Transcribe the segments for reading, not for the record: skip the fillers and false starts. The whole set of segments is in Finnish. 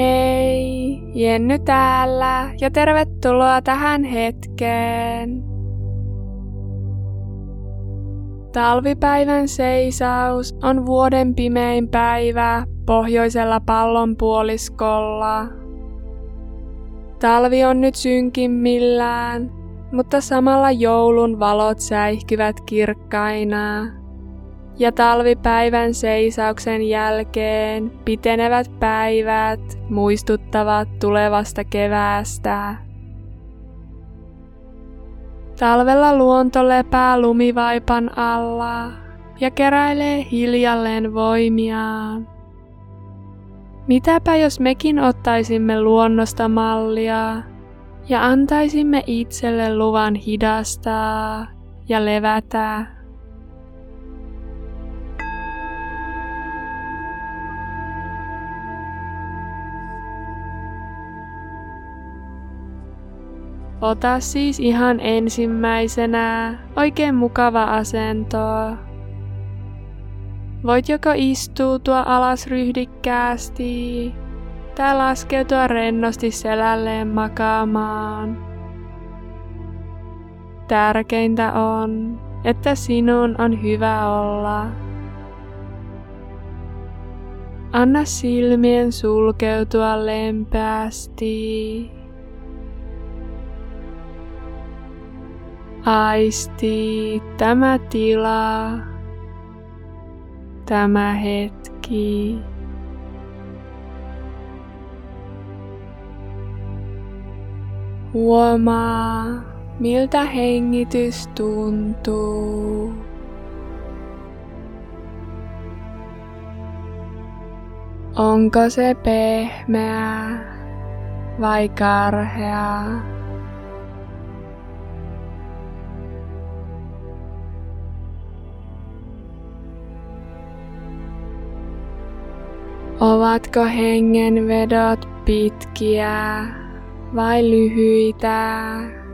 Hei, Jenny täällä ja tervetuloa tähän hetkeen. Talvipäivän seisaus on vuoden pimein päivä pohjoisella pallonpuoliskolla. Talvi on nyt synkimmillään, mutta samalla joulun valot säihkyvät kirkkaina. Ja talvipäivän seisauksen jälkeen pitenevät päivät muistuttavat tulevasta keväästä. Talvella luonto lepää lumivaipan alla ja keräilee hiljalleen voimiaan. Mitäpä jos mekin ottaisimme luonnosta mallia ja antaisimme itselle luvan hidastaa ja levätä. Ota siis ihan ensimmäisenä oikein mukava asento. Voit joko istuutua alas ryhdikkäästi tai laskeutua rennosti selälleen makaamaan. Tärkeintä on, että sinun on hyvä olla. Anna silmien sulkeutua lempeästi. Aisti tämä tila, tämä hetki. Huomaa, miltä hengitys tuntuu. Onko se pehmeä vai karhea? Ovatko hengenvedot pitkiä vai lyhyitä?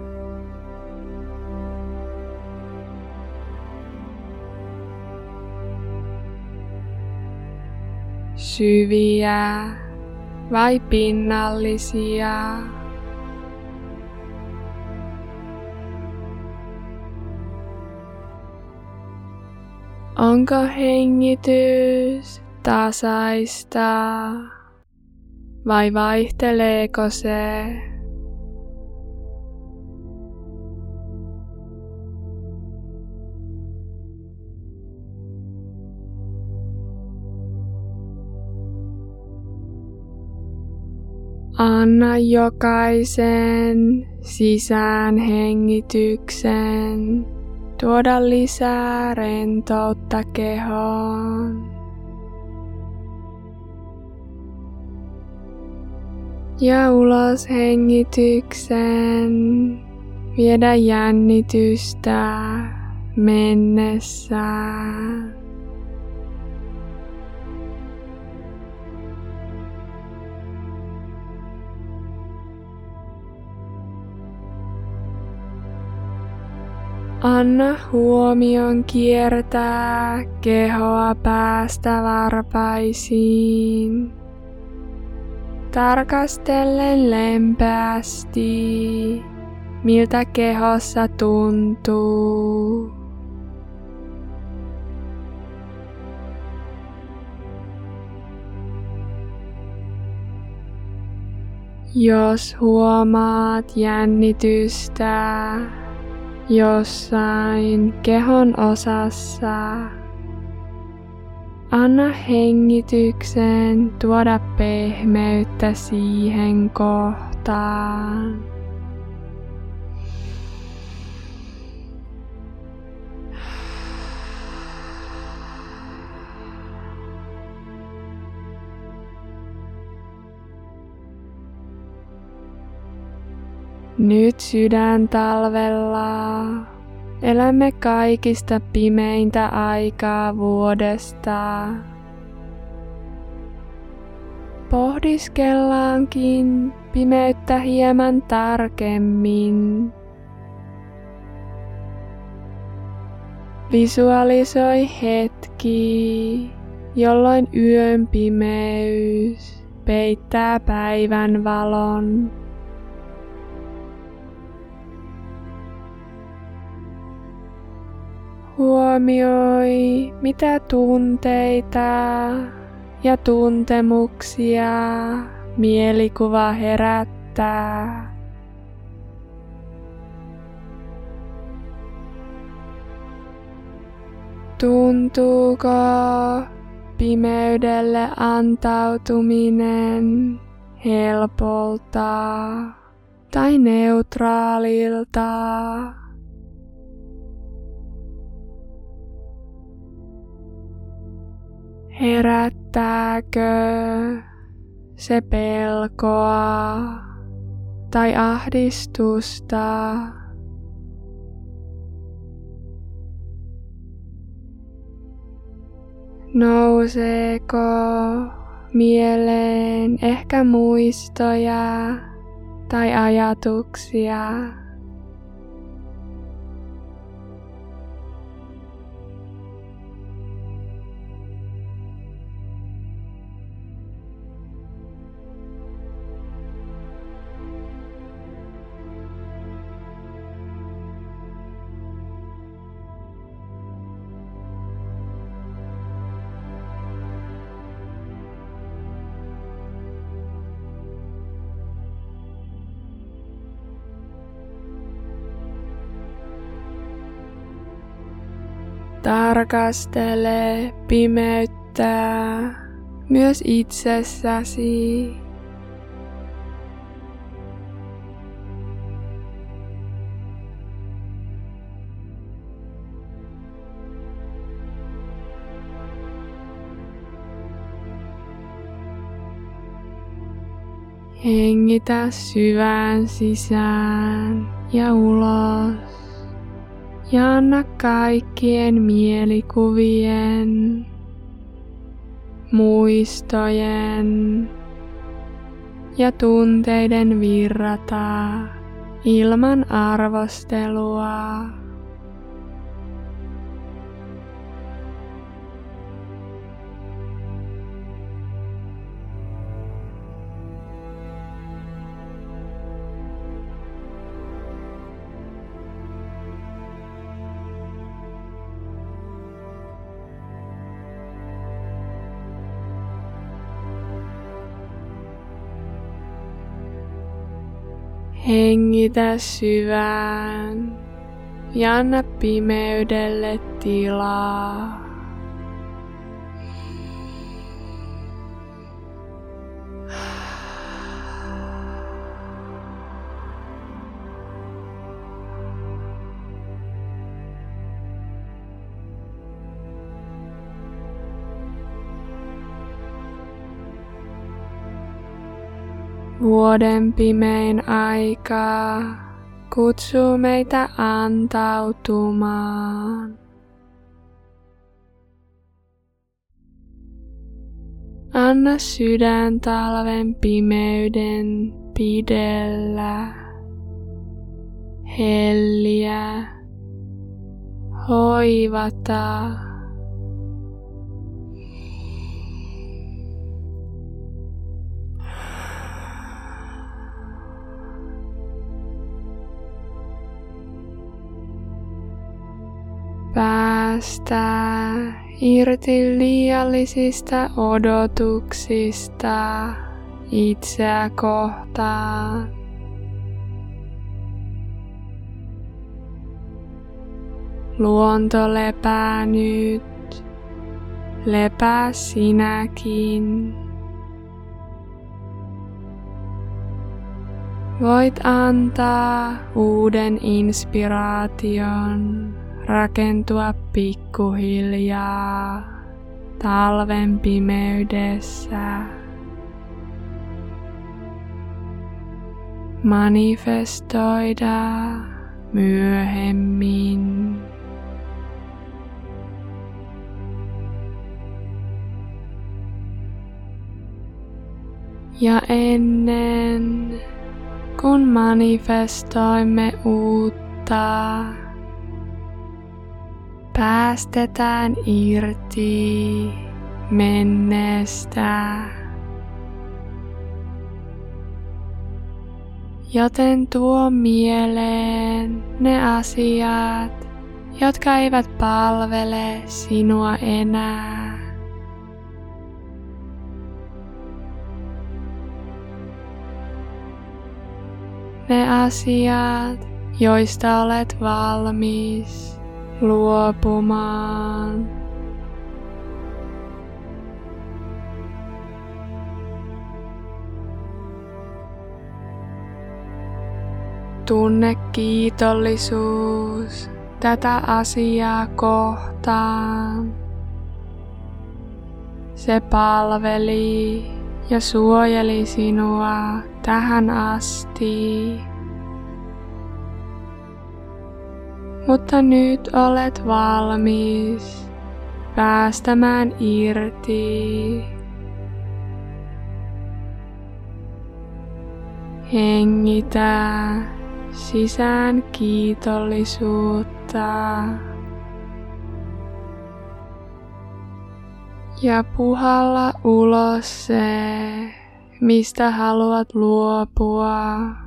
Syviä vai pinnallisia? Onko hengitys tasaista vai vaihteleeko se? Anna jokaisen sisäänhengityksen tuoda lisää rentoutta kehoon. Ja ulos hengityksen viedä jännitystä mennessään. Anna huomion kiertää kehoa päästä varpaisiin. Tarkastellen lempeästi, miltä kehossa tuntuu. Jos huomaat jännitystä jossain kehon osassa, anna hengityksen tuoda pehmeyttä siihen kohtaan. Nyt sydäntalvella elämme kaikista pimeintä aikaa vuodesta. Pohdiskellaankin pimeyttä hieman tarkemmin. Visualisoi hetki, jolloin yön pimeys peittää päivän valon. Huomioi, mitä tunteita ja tuntemuksia mielikuva herättää. Tuntuuko pimeydelle antautuminen helpolta tai neutraalilta? Herättääkö se pelkoa tai ahdistusta? Nouseeko mieleen ehkä muistoja tai ajatuksia? Tarkastele pimeyttä myös itsessäsi. Hengitä syvään sisään ja ulos. Ja anna kaikkien mielikuvien, muistojen ja tunteiden virrata ilman arvostelua. Hengitä syvään ja anna pimeydelle tilaa. Vuoden pimein aika kutsuu meitä antautumaan. Anna sydän talven pimeyden pidellä, helliä, hoivata. Päästä irti liiallisista odotuksista itseä kohtaan. Luonto lepää nyt, lepää sinäkin. Voit antaa uuden inspiraation rakentua pikkuhiljaa talven pimeydessä. Manifestoida myöhemmin. Ja ennen kun manifestoimme uutta, päästetään irti menneestä Joten tuo mieleen ne asiat, jotka eivät palvele sinua enää. Ne asiat, joista olet valmis luopumaan. Tunne kiitollisuus tätä asiaa kohtaan. Se palveli ja suojeli sinua tähän asti. Mutta nyt olet valmis päästämään irti. Hengitä sisään kiitollisuutta ja puhalla ulos se, mistä haluat luopua.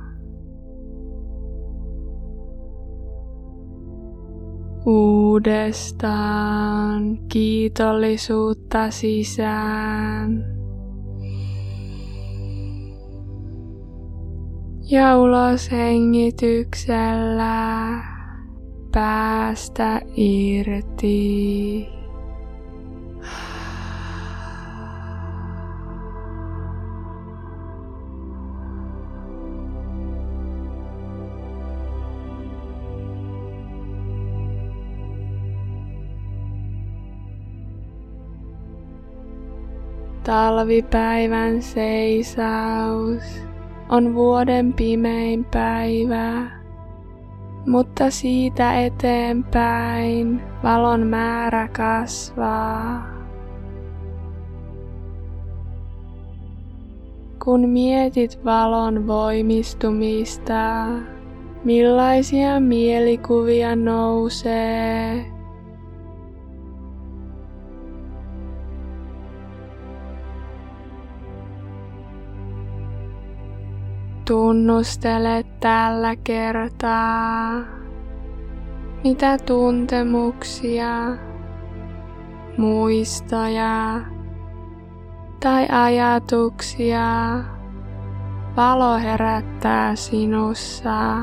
Uudestaan kiitollisuutta sisään ja ulos hengityksellä päästä irti. Talvipäivän seisaus on vuoden pimein päivä, mutta siitä eteenpäin valon määrä kasvaa. Kun mietit valon voimistumista, millaisia mielikuvia nousee? Tunnustele tällä kertaa, mitä tuntemuksia, muistoja tai ajatuksia valo herättää sinussa.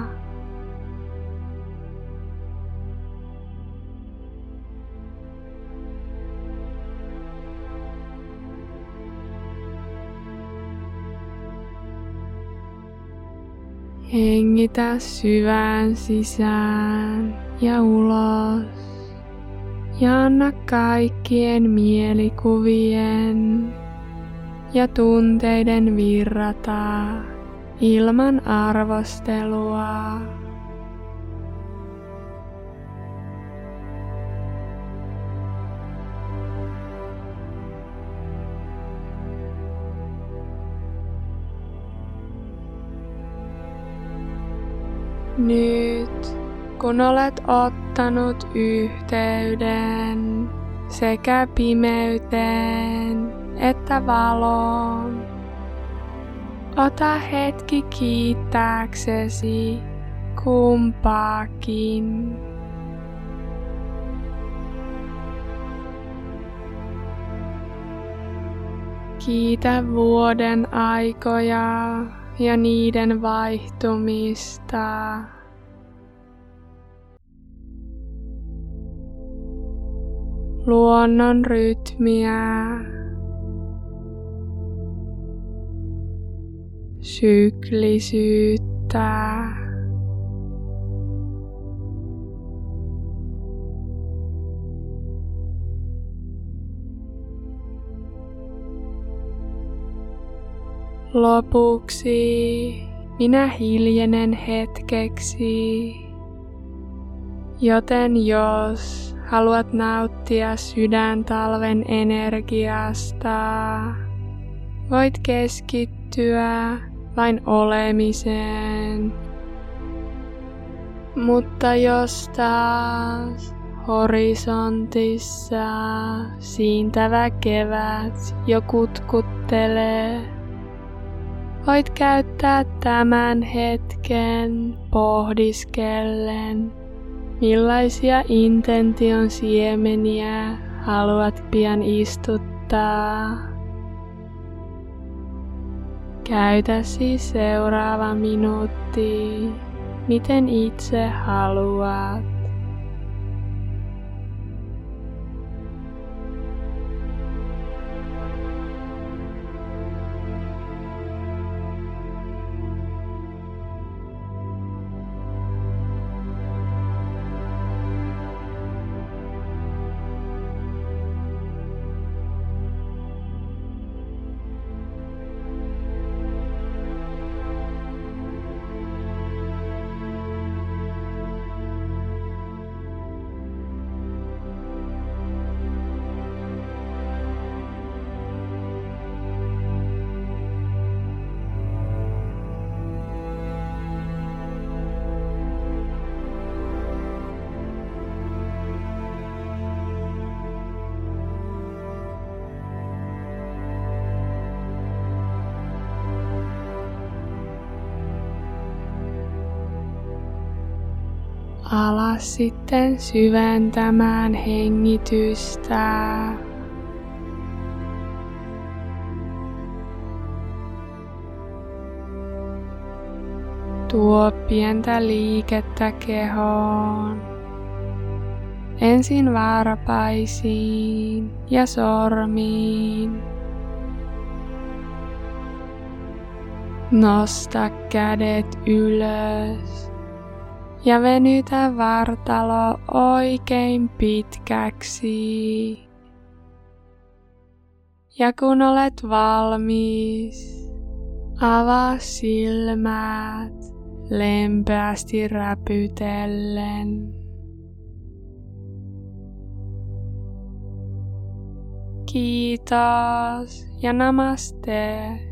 Hengitä syvään sisään ja ulos ja anna kaikkien mielikuvien ja tunteiden virrata ilman arvostelua. Nyt, kun olet ottanut yhteyden sekä pimeyteen että valoon, ota hetki kiittääksesi kumpaakin. Kiitä vuoden aikoja ja niiden vaihtumista. Luonnon rytmiä, syklisyyttä, lopuksi minä hiljenen hetkeksi, joten jos haluat nauttia sydäntalven energiasta, voit keskittyä vain olemiseen. Mutta jos taas horisontissa siintävä kevät jo kutkuttelee, voit käyttää tämän hetken pohdiskellen, millaisia intention siemeniä haluat pian istuttaa. Käytä siis seuraava minuutti, miten itse haluat. Ala sitten syventämään hengitystä. Tuo pientä liikettä kehoon. Ensin varpaisiin ja sormiin. Nosta kädet ylös. Ja venytä vartalo oikein pitkäksi. Ja kun olet valmis, avaa silmät lempeästi räpytellen. Kiitos ja namaste.